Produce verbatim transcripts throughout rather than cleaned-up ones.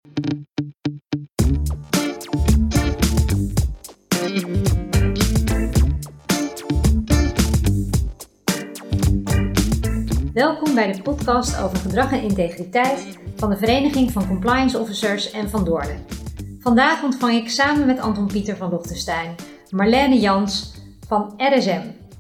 Welkom bij de podcast over gedrag en integriteit van de Vereniging van Compliance Officers en Van Doornen. Vandaag ontvang ik samen met Anton Pieter van Lochtenstein Marlene Jans van R S M.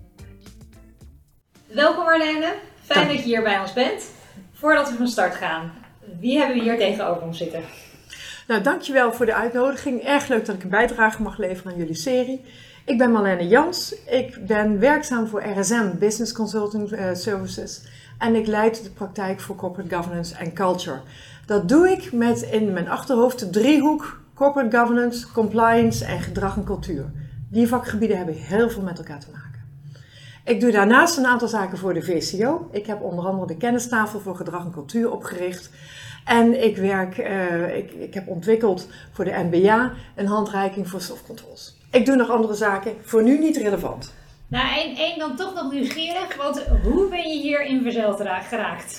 Welkom Marlene, fijn dat je hier bij ons bent. Voordat we van start gaan, wie hebben we hier tegenover ons zitten? Nou, dankjewel voor de uitnodiging. Erg leuk dat ik een bijdrage mag leveren aan jullie serie. Ik ben Marlene Jans. Ik ben werkzaam voor R S M, Business Consulting uh, Services. En ik leid de praktijk voor Corporate Governance en Culture. Dat doe ik met in mijn achterhoofd de driehoek Corporate Governance, Compliance en Gedrag en Cultuur. Die vakgebieden hebben heel veel met elkaar te maken. Ik doe daarnaast een aantal zaken voor de V C O. Ik heb onder andere de kennistafel voor gedrag en cultuur opgericht. En ik, werk, uh, ik, ik heb ontwikkeld voor de N B A een handreiking voor soft controls. Ik doe nog andere zaken, voor nu niet relevant. Nou, één, één dan toch nog nieuwsgierig, want hoe ben je hier in verzeild geraakt?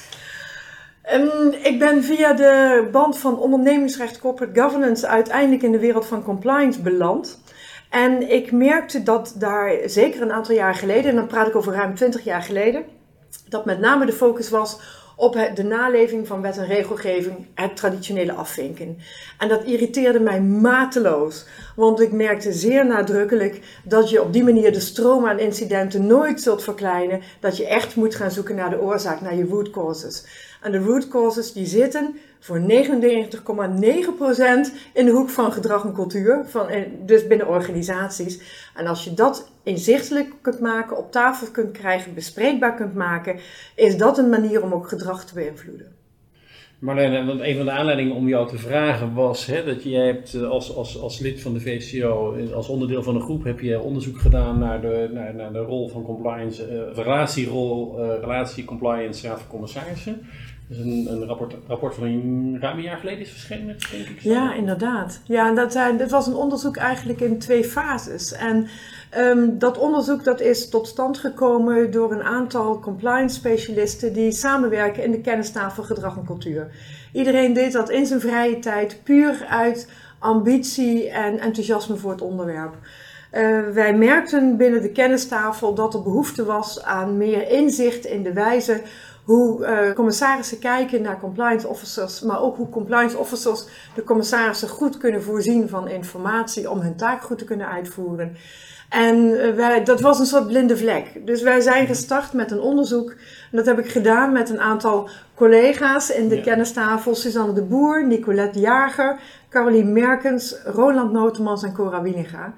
Um, ik ben via de band van ondernemingsrecht corporate governance uiteindelijk in de wereld van compliance beland. En ik merkte dat daar zeker een aantal jaar geleden, en dan praat ik over ruim twintig jaar geleden, dat met name de focus was op de naleving van wet en regelgeving, het traditionele afvinken. En dat irriteerde mij mateloos, want ik merkte zeer nadrukkelijk dat je op die manier de stroom aan incidenten nooit zult verkleinen, dat je echt moet gaan zoeken naar de oorzaak, naar je root causes. En de root causes die zitten voor negenennegentig komma negen procent in de hoek van gedrag en cultuur, van, dus binnen organisaties. En als je dat inzichtelijk kunt maken, op tafel kunt krijgen, bespreekbaar kunt maken, is dat een manier om ook gedrag te beïnvloeden. Marlene, want een van de aanleidingen om jou te vragen was hè, dat jij hebt als, als, als lid van de V C O, als onderdeel van een groep, heb je onderzoek gedaan naar de, naar, naar de rol van compliance, uh, relatierol, uh, relatie compliance raad van commissarissen. Dat is een, een rapport, rapport van een ruim een jaar geleden is verschenen, denk ik. Zo. Ja, inderdaad. Ja, dat, dat was een onderzoek eigenlijk in twee fases. En um, dat onderzoek dat is tot stand gekomen door een aantal compliance specialisten die samenwerken in de kennistafel gedrag en cultuur. Iedereen deed dat in zijn vrije tijd, puur uit ambitie en enthousiasme voor het onderwerp. Uh, wij merkten binnen de kennistafel dat er behoefte was aan meer inzicht in de wijze hoe uh, commissarissen kijken naar compliance officers, maar ook hoe compliance officers de commissarissen goed kunnen voorzien van informatie om hun taak goed te kunnen uitvoeren. En uh, wij, dat was een soort blinde vlek. Dus wij zijn gestart met een onderzoek. En dat heb ik gedaan met een aantal collega's in de ja. kennistafel. Suzanne de Boer, Nicolette Jager, Carolien Merkens, Roland Notemans en Cora Wieninga.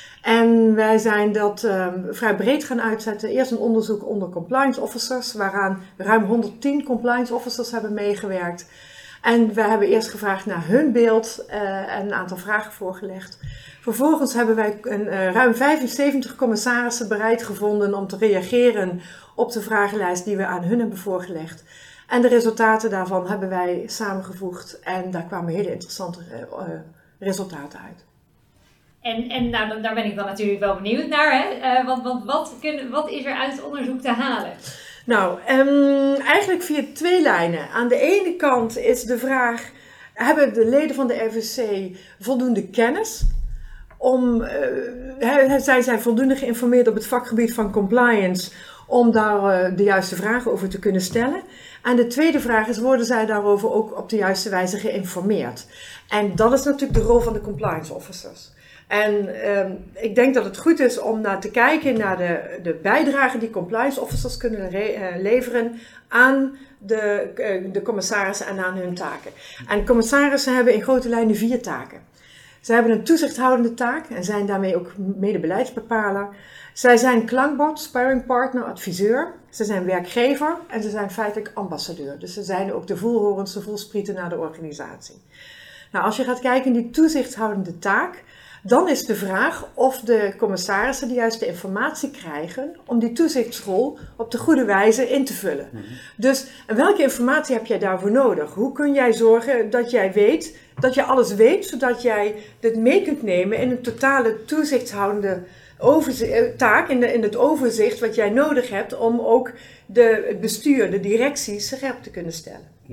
En wij zijn dat um, vrij breed gaan uitzetten. Eerst een onderzoek onder compliance officers, waaraan ruim honderdtien compliance officers hebben meegewerkt. En wij hebben eerst gevraagd naar hun beeld uh, en een aantal vragen voorgelegd. Vervolgens hebben wij een, uh, ruim vijfenzeventig commissarissen bereid gevonden om te reageren op de vragenlijst die we aan hun hebben voorgelegd. En de resultaten daarvan hebben wij samengevoegd en daar kwamen hele interessante uh, resultaten uit. En, en nou, daar ben ik dan natuurlijk wel benieuwd naar, hè? Uh, want, want wat, kun, wat is er uit het onderzoek te halen? Nou, um, eigenlijk via twee lijnen. Aan de ene kant is de vraag, hebben de leden van de R V C voldoende kennis? Om, uh, zij zijn voldoende geïnformeerd op het vakgebied van compliance om daar uh, de juiste vragen over te kunnen stellen. En de tweede vraag is, worden zij daarover ook op de juiste wijze geïnformeerd? En dat is natuurlijk de rol van de compliance officers. En um, ik denk dat het goed is om naar te kijken naar de, de bijdrage die compliance officers kunnen re, uh, leveren aan de, uh, de commissarissen en aan hun taken. En commissarissen hebben in grote lijnen vier taken. Zij hebben een toezichthoudende taak en zijn daarmee ook mede-beleidsbepaler. Zij zijn klankbord, sparringpartner, adviseur. Ze zijn werkgever en ze zijn feitelijk ambassadeur. Dus ze zijn ook de voelhorens, de voelsprieten naar de organisatie. Nou, als je gaat kijken in die toezichthoudende taak, dan is de vraag of de commissarissen de juiste informatie krijgen om die toezichtsrol op de goede wijze in te vullen. Mm-hmm. Dus en welke informatie heb jij daarvoor nodig? Hoe kun jij zorgen dat jij weet, dat je alles weet, zodat jij dit mee kunt nemen in een totale toezichtshoudende overzicht, taak, in, de, in het overzicht wat jij nodig hebt om ook de, het bestuur, de directie scherp te kunnen stellen. Ja.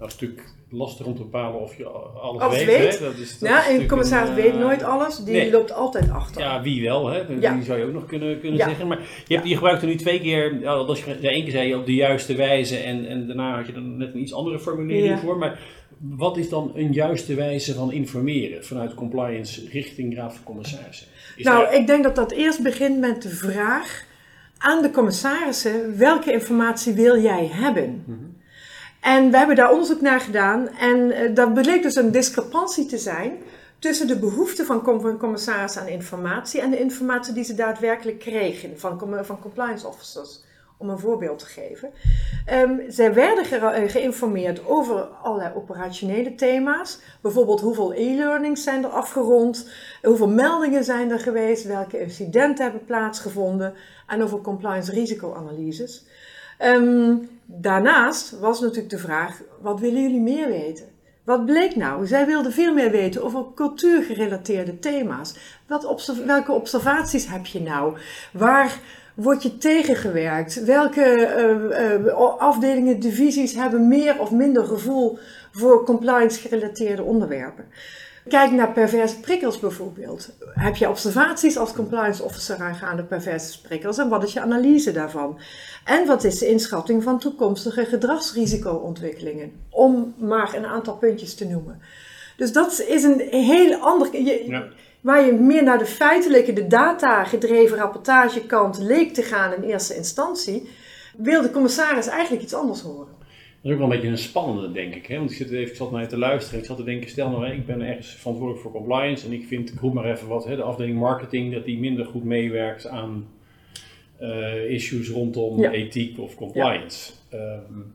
Dat is natuurlijk lastig om te bepalen of je alles, alles weet. weet. Hè? Dat is, dat ja, is een commissaris een, weet uh, nooit alles. Die nee. loopt altijd achter. Ja, wie wel. Hè? Die ja. zou je ook nog kunnen, kunnen ja. zeggen. Maar je, hebt, je gebruikt er nu twee keer, als je één keer zei je op de juiste wijze en, en daarna had je er net een iets andere formulering ja. voor. Maar wat is dan een juiste wijze van informeren vanuit compliance richting Raad van Commissarissen? Is nou, daar... ik denk dat dat eerst begint met de vraag aan de commissarissen: welke informatie wil jij hebben? Mm-hmm. En we hebben daar onderzoek naar gedaan en uh, dat bleek dus een discrepantie te zijn tussen de behoefte van, com- van commissarissen aan informatie en de informatie die ze daadwerkelijk kregen van, com- van compliance officers. Om een voorbeeld te geven. Um, zij werden ge- geïnformeerd over allerlei operationele thema's. Bijvoorbeeld hoeveel e-learnings zijn er afgerond, hoeveel meldingen zijn er geweest, welke incidenten hebben plaatsgevonden en over compliance risicoanalyses. Um, daarnaast was natuurlijk de vraag, wat willen jullie meer weten? Wat bleek nou? Zij wilden veel meer weten over cultuurgerelateerde thema's. Wat observ- welke observaties heb je nou? Waar word je tegengewerkt? Welke uh, uh, afdelingen, divisies hebben meer of minder gevoel voor compliance-gerelateerde onderwerpen? Kijk naar perverse prikkels bijvoorbeeld. Heb je observaties als compliance officer aangaande perverse prikkels en wat is je analyse daarvan? En wat is de inschatting van toekomstige gedragsrisicoontwikkelingen? Om maar een aantal puntjes te noemen. Dus dat is een heel ander... Je, ja. Waar je meer naar de feitelijke, de data-gedreven rapportagekant leek te gaan in eerste instantie, wil de commissaris eigenlijk iets anders horen. Dat is ook wel een beetje een spannende, denk ik. Hè? Want ik zit even, ik zat naar je te luisteren. Ik zat te denken, stel nou, ik ben ergens verantwoordelijk voor compliance. En ik vind, ik roep maar even wat, hè, de afdeling marketing, dat die minder goed meewerkt aan uh, issues rondom ja. ethiek of compliance. Ja. Um,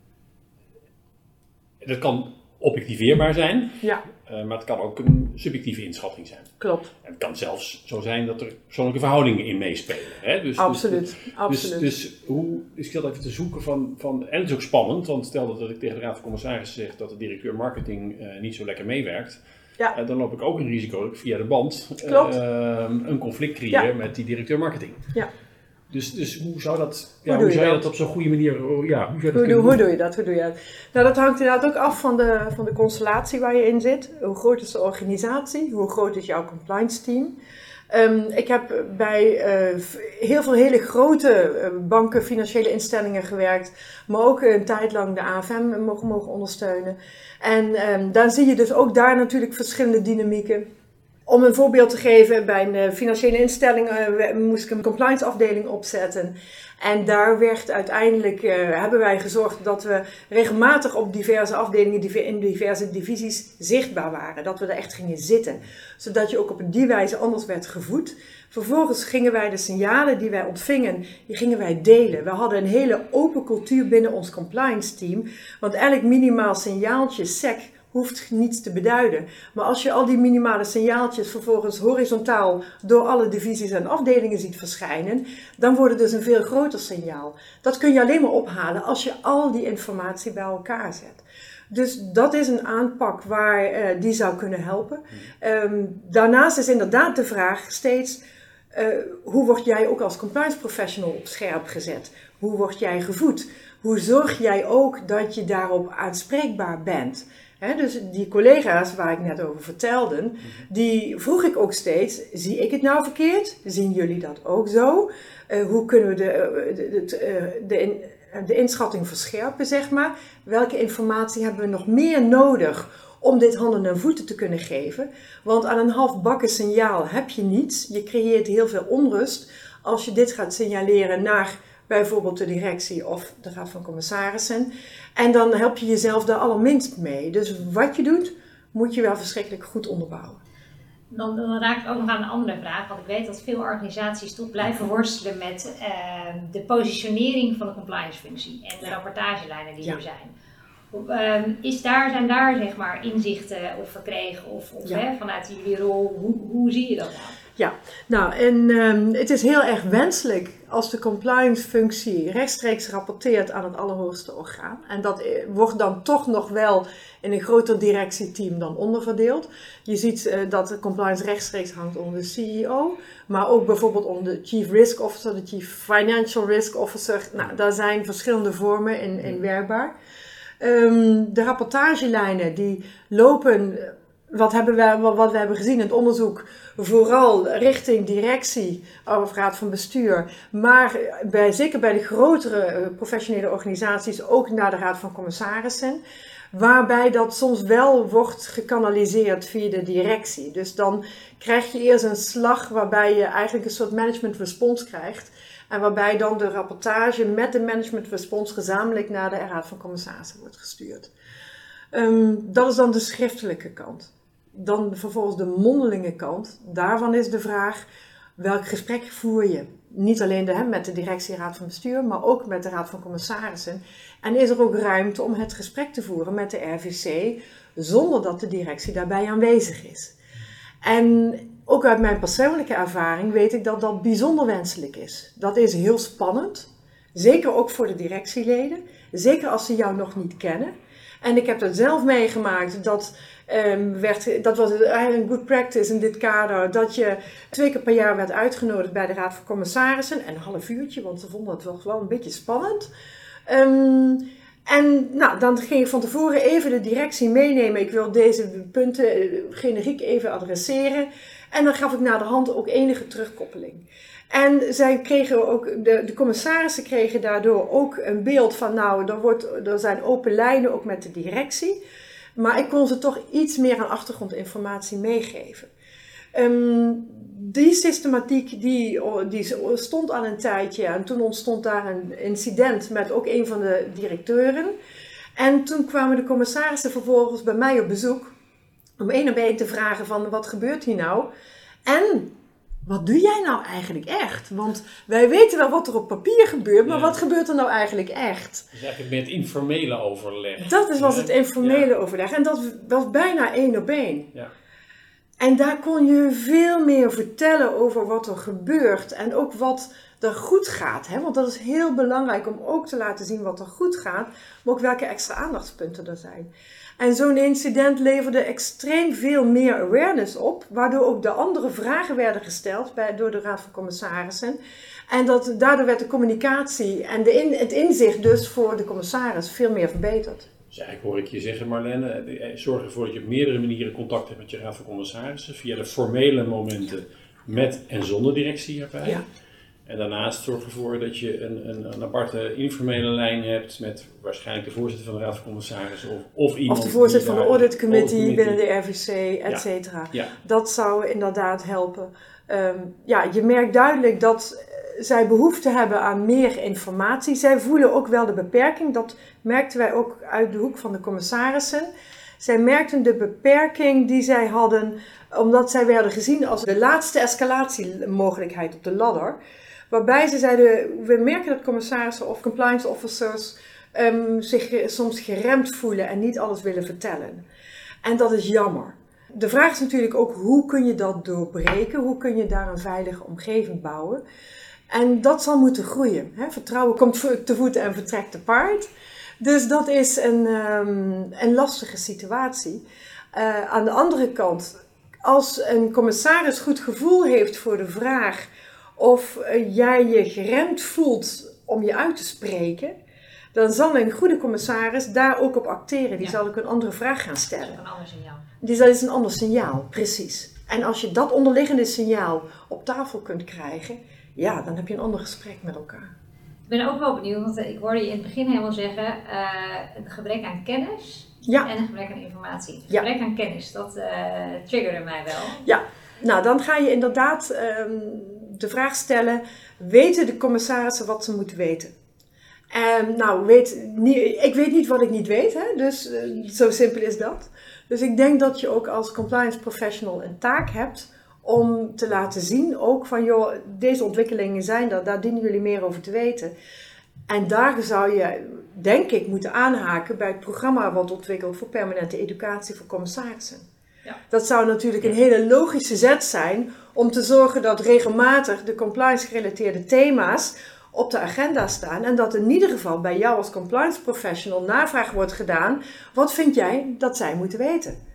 dat kan objectiveerbaar zijn. Ja. Uh, maar het kan ook een subjectieve inschatting zijn. Klopt. En het kan zelfs zo zijn dat er persoonlijke verhoudingen in meespelen. Hè? Dus, absoluut, dus, absoluut. Dus, dus hoe, ik zat even te zoeken van, van... En het is ook spannend, want stel dat ik tegen de Raad van Commissarissen zeg dat de directeur marketing uh, niet zo lekker meewerkt. Ja. Uh, dan loop ik ook een risico dat ik via de band uh, een conflict creëer ja. met die directeur marketing. Ja. Dus, dus hoe zou dat, ja, hoe hoe zou je dat? dat op zo'n goede manier, ja, hoe zou je dat hoe, doe, hoe doe je dat? Hoe doe je dat? Nou, dat hangt inderdaad ook af van de, van de constellatie waar je in zit. Hoe groot is de organisatie? Hoe groot is jouw compliance team? Um, ik heb bij uh, heel veel hele grote uh, banken, financiële instellingen gewerkt, maar ook een tijd lang de A F M mogen, mogen ondersteunen. En um, daar zie je dus ook daar natuurlijk verschillende dynamieken. Om een voorbeeld te geven, bij een financiële instelling uh, moest ik een compliance afdeling opzetten. En daar werd uiteindelijk, uh, hebben wij gezorgd dat we regelmatig op diverse afdelingen, in diverse divisies zichtbaar waren. Dat we er echt gingen zitten. Zodat je ook op die wijze anders werd gevoed. Vervolgens gingen wij de signalen die wij ontvingen, die gingen wij delen. We hadden een hele open cultuur binnen ons compliance team. Want elk minimaal signaaltje S E C hoeft niets te beduiden. Maar als je al die minimale signaaltjes vervolgens horizontaal door alle divisies en afdelingen ziet verschijnen, dan wordt het dus een veel groter signaal. Dat kun je alleen maar ophalen als je al die informatie bij elkaar zet. Dus dat is een aanpak waar uh, die zou kunnen helpen. Um, daarnaast is inderdaad de vraag steeds, uh, hoe word jij ook als compliance professional op scherp gezet? Hoe word jij gevoed? Hoe zorg jij ook dat je daarop aanspreekbaar bent? He, dus die collega's waar ik net over vertelde, die vroeg ik ook steeds, zie ik het nou verkeerd? Zien jullie dat ook zo? Uh, hoe kunnen we de, de, de, de, in, de inschatting verscherpen, zeg maar? Welke informatie hebben we nog meer nodig om dit handen en voeten te kunnen geven? Want aan een halfbakken signaal heb je niets. Je creëert heel veel onrust als je dit gaat signaleren naar bijvoorbeeld de directie of de Raad van Commissarissen. En dan help je jezelf daar allerminst mee. Dus wat je doet, moet je wel verschrikkelijk goed onderbouwen. Dan, dan raak ik ook nog aan een andere vraag. Want ik weet dat veel organisaties toch blijven worstelen met uh, de positionering van de compliance functie. En de rapportagelijnen die ja. er zijn. Um, is daar, zijn daar zeg maar inzichten of verkregen of, of ja. hè, vanuit jullie rol, hoe, hoe zie je dat nou? Ja, nou en um, het is heel erg wenselijk als de compliance functie rechtstreeks rapporteert aan het allerhoogste orgaan. En dat wordt dan toch nog wel in een groter directieteam dan onderverdeeld. Je ziet uh, dat de compliance rechtstreeks hangt onder de C E O, maar ook bijvoorbeeld onder de Chief Risk Officer, de Chief Financial Risk Officer. Nou, daar zijn verschillende vormen in, in werkbaar. Um, de rapportagelijnen die lopen, wat, hebben we, wat we hebben gezien in het onderzoek, vooral richting directie of raad van bestuur. Maar bij, zeker bij de grotere professionele organisaties ook naar de raad van commissarissen. Waarbij dat soms wel wordt gekanaliseerd via de directie. Dus dan krijg je eerst een slag waarbij je eigenlijk een soort management response krijgt. En waarbij dan de rapportage met de management response gezamenlijk naar de raad van commissarissen wordt gestuurd. Um, dat is dan de schriftelijke kant. Dan vervolgens de mondelinge kant. Daarvan is de vraag, welk gesprek voer je? Niet alleen de, hè, met de directie raad van bestuur, maar ook met de raad van commissarissen. En is er ook ruimte om het gesprek te voeren met de R V C, zonder dat de directie daarbij aanwezig is. En ook uit mijn persoonlijke ervaring weet ik dat dat bijzonder wenselijk is. Dat is heel spannend, zeker ook voor de directieleden, zeker als ze jou nog niet kennen. En ik heb dat zelf meegemaakt, dat, um, werd, dat was eigenlijk een good practice in dit kader, dat je twee keer per jaar werd uitgenodigd bij de raad van commissarissen. En een half uurtje, want ze vonden het wel, wel een beetje spannend. Um, en nou, dan ging ik van tevoren even de directie meenemen. Ik wil deze punten uh, generiek even adresseren. En dan gaf ik na de hand ook enige terugkoppeling. En zij kregen ook, de, de commissarissen kregen daardoor ook een beeld van, nou, er, wordt, er zijn open lijnen ook met de directie. Maar ik kon ze toch iets meer aan achtergrondinformatie meegeven. Um, die systematiek die, die stond al een tijdje en toen ontstond daar een incident met ook een van de directeuren. En toen kwamen de commissarissen vervolgens bij mij op bezoek om één op één te vragen van, wat gebeurt hier nou? En wat doe jij nou eigenlijk echt? Want wij weten wel wat er op papier gebeurt, maar ja. Wat gebeurt er nou eigenlijk echt? Dus eigenlijk meer het informele overleg. Dat is, was het informele ja. overleg en dat was bijna één op één. Ja. En daar kon je veel meer vertellen over wat er gebeurt en ook wat er goed gaat. Hè? Want dat is heel belangrijk om ook te laten zien wat er goed gaat, maar ook welke extra aandachtspunten er zijn. En zo'n incident leverde extreem veel meer awareness op, waardoor ook de andere vragen werden gesteld bij, door de Raad van Commissarissen. En dat, daardoor werd de communicatie en de in, het inzicht dus voor de commissaris veel meer verbeterd. Dus eigenlijk hoor ik je zeggen, Marlene, zorg ervoor dat je op meerdere manieren contact hebt met je Raad van Commissarissen, via de formele momenten met en zonder directie erbij. Ja. En daarnaast zorg ervoor dat je een, een, een aparte informele lijn hebt met waarschijnlijk de voorzitter van de Raad van Commissarissen of, of iemand. Of de voorzitter van de audit committee binnen de R V C, et cetera. Ja. Ja. Dat zou inderdaad helpen. Um, ja, je merkt duidelijk dat zij behoefte hebben aan meer informatie. Zij voelen ook wel de beperking. Dat merkten wij ook uit de hoek van de commissarissen. Zij merkten de beperking die zij hadden, omdat zij werden gezien als de laatste escalatiemogelijkheid op de ladder. Waarbij ze zeiden, we merken dat commissarissen of compliance officers um, zich soms geremd voelen en niet alles willen vertellen. En dat is jammer. De vraag is natuurlijk ook, hoe kun je dat doorbreken? Hoe kun je daar een veilige omgeving bouwen? En dat zal moeten groeien. Hè? Vertrouwen komt te voet en vertrekt te paard. Dus dat is een, um, een lastige situatie. Uh, aan de andere kant, als een commissaris goed gevoel heeft voor de vraag of uh, jij je geremd voelt om je uit te spreken, dan zal een goede commissaris daar ook op acteren. Die ja. zal ook een andere vraag gaan stellen. Dat is een ander signaal. Die dat is een ander signaal, precies. En als je dat onderliggende signaal op tafel kunt krijgen, ja, dan heb je een ander gesprek met elkaar. Ik ben ook wel benieuwd, want ik hoorde je in het begin helemaal zeggen, uh, een gebrek aan kennis ja. en een gebrek aan informatie. Het ja. gebrek aan kennis, dat uh, triggerde mij wel. Ja, nou dan ga je inderdaad um, de vraag stellen, weten de commissarissen wat ze moeten weten? Um, nou, weet, niet, ik weet niet wat ik niet weet, hè? Dus uh, zo simpel is dat. Dus ik denk dat je ook als compliance professional een taak hebt om te laten zien ook van, joh, deze ontwikkelingen zijn er, daar dienen jullie meer over te weten. En daar zou je, denk ik, moeten aanhaken bij het programma wat ontwikkeld voor permanente educatie voor commissarissen. Ja. Dat zou natuurlijk een hele logische zet zijn om te zorgen dat regelmatig de compliance gerelateerde thema's op de agenda staan en dat in ieder geval bij jou als compliance professional navraag wordt gedaan, wat vind jij dat zij moeten weten?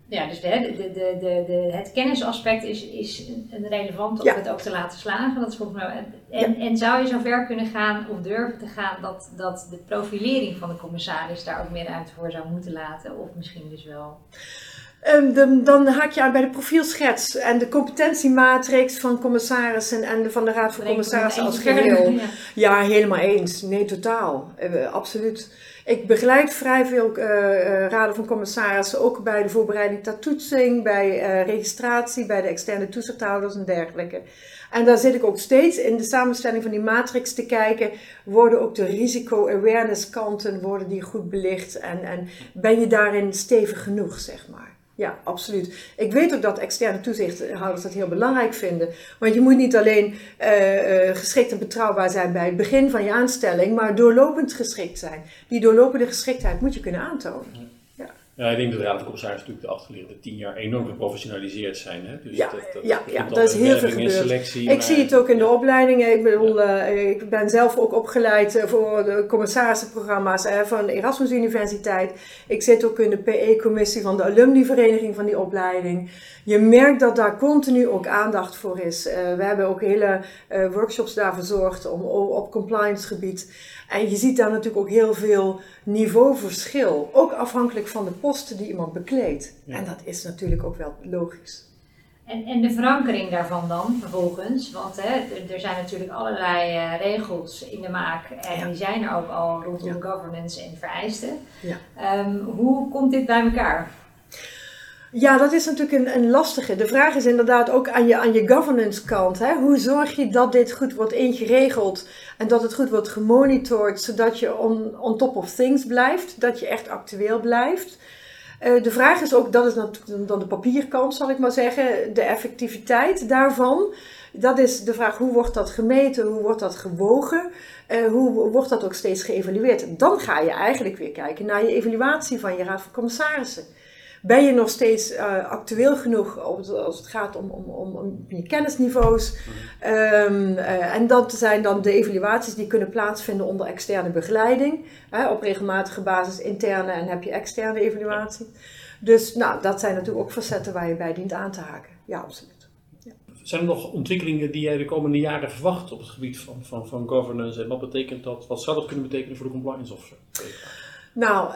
Ja, dus de, de, de, de, de, het kennisaspect is, is een relevant om ja. het ook te laten slagen. Dat is volgens mij, en, ja. en zou je zo ver kunnen gaan of durven te gaan dat, dat de profilering van de commissaris daar ook meer ruimte voor zou moeten laten? Of misschien dus wel... Um, de, dan haak je aan bij de profielschets en de competentiematrix van commissarissen en de, van de Raad van Commissarissen als geheel. Ja. ja, helemaal eens. Nee, totaal. Uh, absoluut. Ik begeleid vrij veel uh, uh, raden van commissarissen, ook bij de voorbereiding tot toetsing, bij uh, registratie, bij de externe toezichthouders en dergelijke. En daar zit ik ook steeds in de samenstelling van die matrix te kijken, worden ook de risico-awareness kanten, worden die goed belicht en, en ben je daarin stevig genoeg, zeg maar. Ja, absoluut. Ik weet ook dat externe toezichthouders dat heel belangrijk vinden. Want je moet niet alleen uh, uh, geschikt en betrouwbaar zijn bij het begin van je aanstelling, maar doorlopend geschikt zijn. Die doorlopende geschiktheid moet je kunnen aantonen. Ja, ja ik denk dat de Raad van Commissarissen natuurlijk de afgelegde tien jaar enorm geprofessionaliseerd zijn. Hè? Dus ja, dat, dat, ja, ja, dat is heel veel gebeurd. Selectie, ik maar, zie het ook in de ja. opleidingen. Ik, bedoel, uh, ik ben zelf ook opgeleid voor de commissarissenprogramma's uh, van de Erasmus Universiteit. Ik zit ook in de P E-commissie van de alumnivereniging van die opleiding. Je merkt dat daar continu ook aandacht voor is. Uh, we hebben ook hele uh, workshops daar verzorgd om, op compliance gebied. En je ziet daar natuurlijk ook heel veel niveauverschil. Ook afhankelijk van de posten die iemand bekleedt. Ja. En dat is natuurlijk ook wel logisch. En, en de verankering daarvan dan vervolgens, want hè, er zijn natuurlijk allerlei uh, regels in de maak en ja. die zijn er ook al rondom ja. governance en vereisten. Ja. Um, hoe komt dit bij elkaar? Ja, dat is natuurlijk een, een lastige. De vraag is inderdaad ook aan je, aan je governance kant. Hè? Hoe zorg je dat dit goed wordt ingeregeld en dat het goed wordt gemonitord, zodat je on, on top of things blijft, dat je echt actueel blijft. Uh, de vraag is ook, dat is natuurlijk dan de papierkant, zal ik maar zeggen, de effectiviteit daarvan. Dat is de vraag, hoe wordt dat gemeten, hoe wordt dat gewogen, uh, hoe wordt dat ook steeds geëvalueerd. Dan ga je eigenlijk weer kijken naar je evaluatie van je Raad van Commissarissen. Ben je nog steeds uh, actueel genoeg als het gaat om, om, om, om je kennisniveaus? Um, uh, en dat zijn dan de evaluaties die kunnen plaatsvinden onder externe begeleiding. Hè, op regelmatige basis interne en heb je externe evaluatie. Dus nou, dat zijn natuurlijk ook facetten waar je bij dient aan te haken. Ja, absoluut. Ja. Zijn er nog ontwikkelingen die jij de komende jaren verwacht op het gebied van, van, van governance? En wat betekent dat? Wat zou dat kunnen betekenen voor de compliance officer? Nou,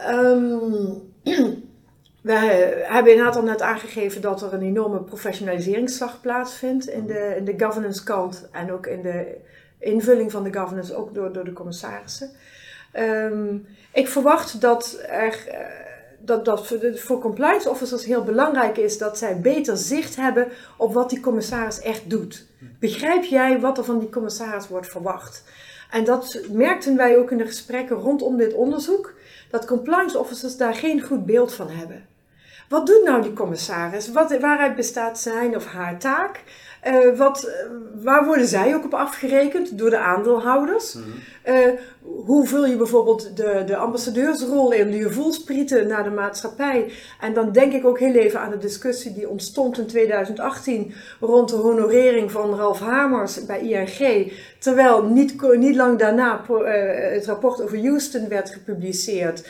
um, we hebben inderdaad al net aangegeven dat er een enorme professionaliseringsslag plaatsvindt in de, in de governance kant en ook in de invulling van de governance, ook door, door de commissarissen. Um, ik verwacht dat er, dat, dat voor, de, voor compliance officers heel belangrijk is dat zij beter zicht hebben op wat die commissaris echt doet. Begrijp jij wat er van die commissaris wordt verwacht? En dat merkten wij ook in de gesprekken rondom dit onderzoek, dat compliance officers daar geen goed beeld van hebben. Wat doet nou die commissaris? Wat, waaruit bestaat zijn of haar taak? Uh, wat, waar worden zij ook op afgerekend? Door de aandeelhouders. Mm-hmm. Uh, hoe vul je bijvoorbeeld de, de ambassadeursrol in, de voelsprieten naar de maatschappij? En dan denk ik ook heel even aan de discussie die ontstond in tweeduizend achttien rond de honorering van Ralf Hamers bij I N G. Terwijl niet, niet lang daarna uh, het rapport over Houston werd gepubliceerd.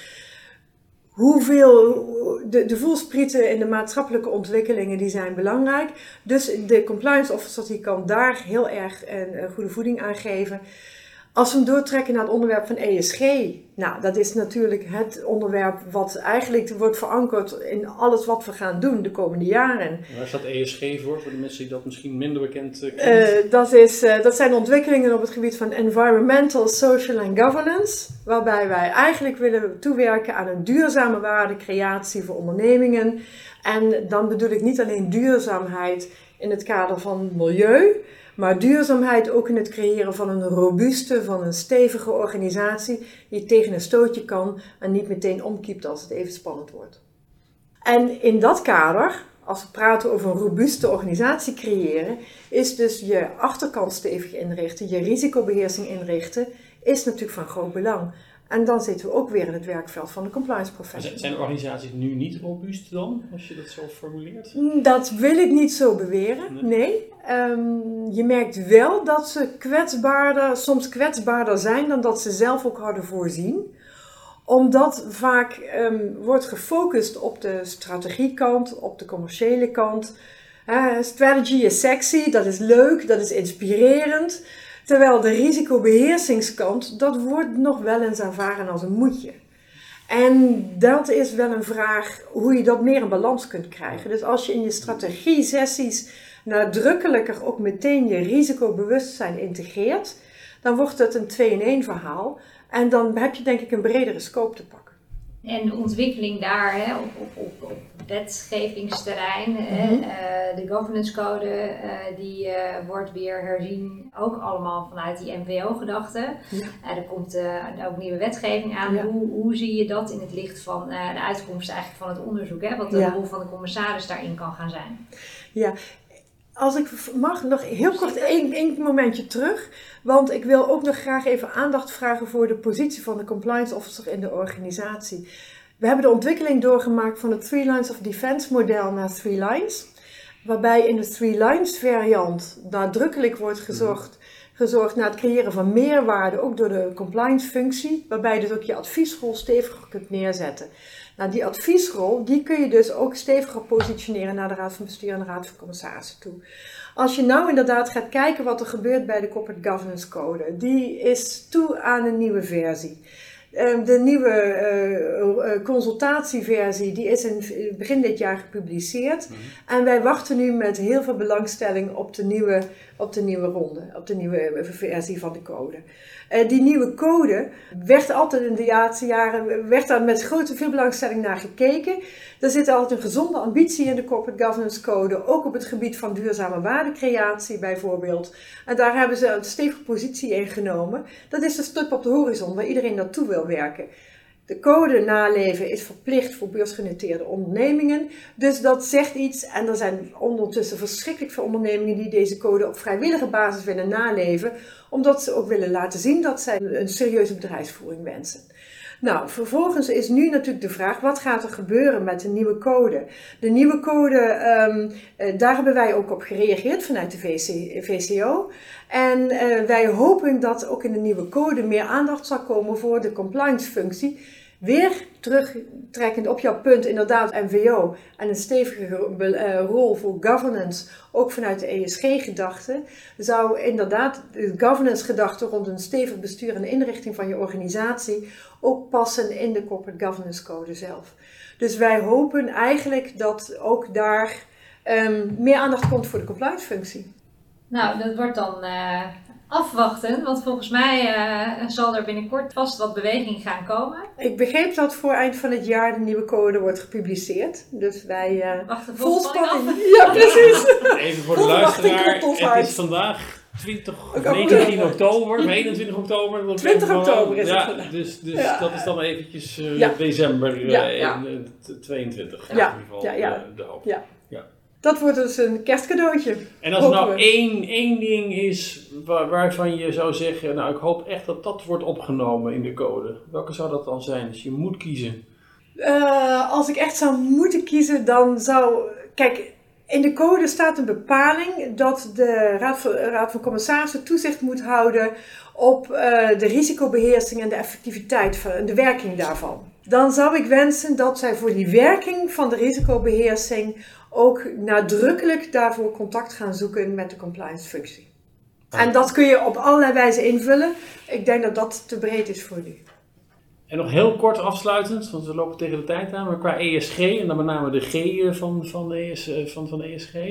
Hoeveel, de, de voelsprieten in de maatschappelijke ontwikkelingen die zijn belangrijk. Dus de compliance officer die kan daar heel erg een, een goede voeding aan geven. Als we hem doortrekken naar het onderwerp van E S G. Nou, dat is natuurlijk het onderwerp wat eigenlijk wordt verankerd in alles wat we gaan doen de komende jaren. Waar staat E S G voor, voor de mensen die dat misschien minder bekend uh, kennen? Uh, dat, is, uh, dat zijn ontwikkelingen op het gebied van environmental, social en governance. Waarbij wij eigenlijk willen toewerken aan een duurzame waardecreatie voor ondernemingen. En dan bedoel ik niet alleen duurzaamheid in het kader van milieu, maar duurzaamheid ook in het creëren van een robuuste, van een stevige organisatie die tegen een stootje kan en niet meteen omkiept als het even spannend wordt. En in dat kader, als we praten over een robuuste organisatie creëren, is dus je achterkant stevig inrichten, je risicobeheersing inrichten, is natuurlijk van groot belang. En dan zitten we ook weer in het werkveld van de compliance professional. Zijn organisaties nu niet robuust dan, als je dat zo formuleert? Dat wil ik niet zo beweren, nee. nee. Um, je merkt wel dat ze kwetsbaarder, soms kwetsbaarder zijn dan dat ze zelf ook hadden voorzien. Omdat vaak um, wordt gefocust op de strategiekant, op de commerciële kant. Uh, strategy is sexy, dat is leuk, dat is inspirerend. Terwijl de risicobeheersingskant, dat wordt nog wel eens ervaren als een moedje. En dat is wel een vraag hoe je dat meer in balans kunt krijgen. Dus als je in je strategie-sessies nadrukkelijker ook meteen je risicobewustzijn integreert, dan wordt het een twee-in-één verhaal. En dan heb je denk ik een bredere scope te pakken. En de ontwikkeling daar hè, op, op, op, op wetgevingsterrein, mm-hmm. hè, uh, de governance code, uh, die uh, wordt weer herzien, ook allemaal vanuit die M V O-gedachte. Ja. Uh, er komt uh, ook nieuwe wetgeving aan. Ja. Hoe, hoe zie je dat in het licht van uh, de uitkomst eigenlijk van het onderzoek? Hè? Wat de ja. rol van de commissaris daarin kan gaan zijn? Ja. Als ik mag, nog heel kort één, één momentje terug. Want ik wil ook nog graag even aandacht vragen voor de positie van de compliance officer in de organisatie. We hebben de ontwikkeling doorgemaakt van het Three Lines of Defense model naar Three Lines. Waarbij in de Three Lines variant nadrukkelijk wordt gezorgd, gezorgd naar het creëren van meerwaarde, ook door de compliance functie. Waarbij je dus ook je adviesrol steviger kunt neerzetten. Nou, die adviesrol, die kun je dus ook steviger positioneren naar de Raad van Bestuur en de Raad van Commissarissen toe. Als je nou inderdaad gaat kijken wat er gebeurt bij de Corporate Governance Code, die is toe aan een nieuwe versie. De nieuwe uh, consultatieversie die is in begin dit jaar gepubliceerd. Mm-hmm. En wij wachten nu met heel veel belangstelling op de nieuwe, op de nieuwe ronde, op de nieuwe versie van de code. Uh, die nieuwe code werd altijd in de laatste jaren werd daar met grote veel belangstelling naar gekeken. Er zit altijd een gezonde ambitie in de Corporate Governance Code, ook op het gebied van duurzame waardecreatie bijvoorbeeld. En daar hebben ze een stevige positie in genomen. Dat is de stip op de horizon waar iedereen naartoe wil werken. De code naleven is verplicht voor beursgenoteerde ondernemingen. Dus dat zegt iets en er zijn ondertussen verschrikkelijk veel ondernemingen die deze code op vrijwillige basis willen naleven. Omdat ze ook willen laten zien dat zij een serieuze bedrijfsvoering wensen. Nou, vervolgens is nu natuurlijk de vraag, wat gaat er gebeuren met de nieuwe code? De nieuwe code, um, daar hebben wij ook op gereageerd vanuit de V C O. En uh, wij hopen dat ook in de nieuwe code meer aandacht zal komen voor de compliance functie. Weer terugtrekkend op jouw punt, inderdaad M V O en een stevige uh, rol voor governance, ook vanuit de E S G-gedachte, zou inderdaad de governance-gedachte rond een stevig bestuur en inrichting van je organisatie ook passen in de Corporate Governance Code zelf. Dus wij hopen eigenlijk dat ook daar um, meer aandacht komt voor de compliance-functie. Nou, dat wordt dan uh, afwachten, want volgens mij uh, zal er binnenkort vast wat beweging gaan komen. Ik begreep dat voor eind van het jaar de nieuwe code wordt gepubliceerd. Dus wij uh, wachten vol spanning af. Ja, precies. Even voor de luisteraar, het is vandaag twintig, negentien oktober, of eenentwintig oktober. twintig oktober is het ja, vandaag. Dus, dus ja. Dat is dan eventjes uh, ja. december uh, ja, ja. tweeëntwintig. Ja, in ieder geval, ja, ja. Uh, de hoop. Ja. Ja. Dat wordt dus een kerstcadeautje. En als er nou één, één ding is waar, waarvan je zou zeggen, nou ik hoop echt dat dat wordt opgenomen in de code. Welke zou dat dan zijn als je moet kiezen? Uh, als ik echt zou moeten kiezen, dan zou... Kijk, in de code staat een bepaling dat de Raad van, Raad van Commissarissen toezicht moet houden op uh, de risicobeheersing en de effectiviteit van, en de werking daarvan. Dan zou ik wensen dat zij voor die werking van de risicobeheersing ook nadrukkelijk daarvoor contact gaan zoeken met de compliance functie. Ah. En dat kun je op allerlei wijzen invullen. Ik denk dat dat te breed is voor nu. En nog heel kort afsluitend, want we lopen tegen de tijd aan, maar qua E S G, en dan met name de G van, van, de, E S, van, van de E S G.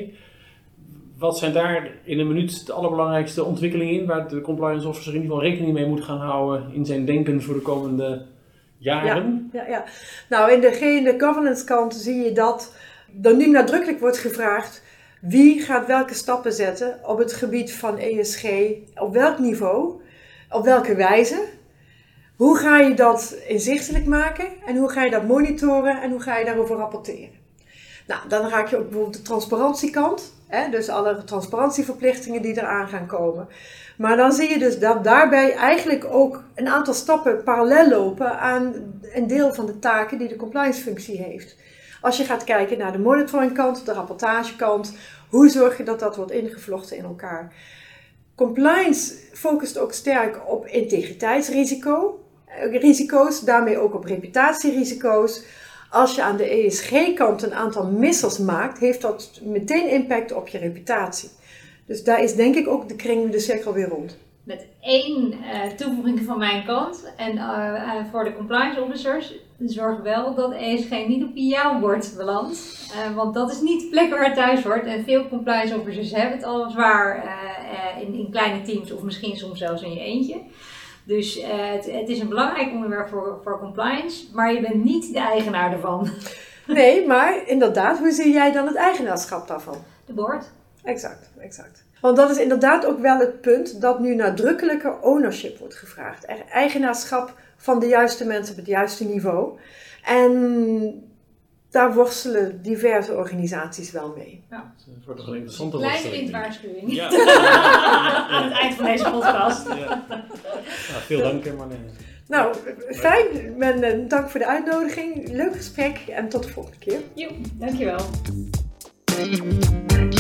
Wat zijn daar in een minuut de allerbelangrijkste ontwikkelingen in, waar de compliance officer in ieder geval rekening mee moet gaan houden in zijn denken voor de komende jaren? Ja, ja, ja. Nou, in de G, in de governance kant zie je dat er nu nadrukkelijk wordt gevraagd wie gaat welke stappen zetten op het gebied van E S G, op welk niveau, op welke wijze. Hoe ga je dat inzichtelijk maken en hoe ga je dat monitoren en hoe ga je daarover rapporteren? Nou, dan raak je ook bijvoorbeeld de transparantiekant, hè, dus alle transparantieverplichtingen die eraan gaan komen. Maar dan zie je dus dat daarbij eigenlijk ook een aantal stappen parallel lopen aan een deel van de taken die de compliance functie heeft. Als je gaat kijken naar de monitoringkant, de rapportagekant, hoe zorg je dat dat wordt ingevlochten in elkaar? Compliance focust ook sterk op integriteitsrisico. risico's, daarmee ook op reputatierisico's. Als je aan de E S G-kant een aantal missers maakt, heeft dat meteen impact op je reputatie. Dus daar is denk ik ook de kring, de cirkel weer rond. Met één uh, toevoeging van mijn kant en uh, uh, voor de compliance officers, zorg wel dat E S G niet op jouw bord belandt. Uh, want dat is niet de plek waar het thuis hoort. En veel compliance officers hebben het al zwaar uh, uh, in, in kleine teams of misschien soms zelfs in je eentje. Dus uh, het, het is een belangrijk onderwerp voor, voor compliance, maar je bent niet de eigenaar ervan. Nee, maar inderdaad, hoe zie jij dan het eigenaarschap daarvan? De board. Exact, exact. Want dat is inderdaad ook wel het punt dat nu nadrukkelijker ownership wordt gevraagd. Eigenaarschap van de juiste mensen op het juiste niveau. En daar worstelen diverse organisaties wel mee. Ja. Het wordt toch een interessante kleine windwaarschuwing. Ja. Aan het eind van deze podcast. Ja. Ja, veel dank, Marlene. Nou, fijn. En dank voor de uitnodiging. Leuk gesprek en tot de volgende keer. Jo, dankjewel.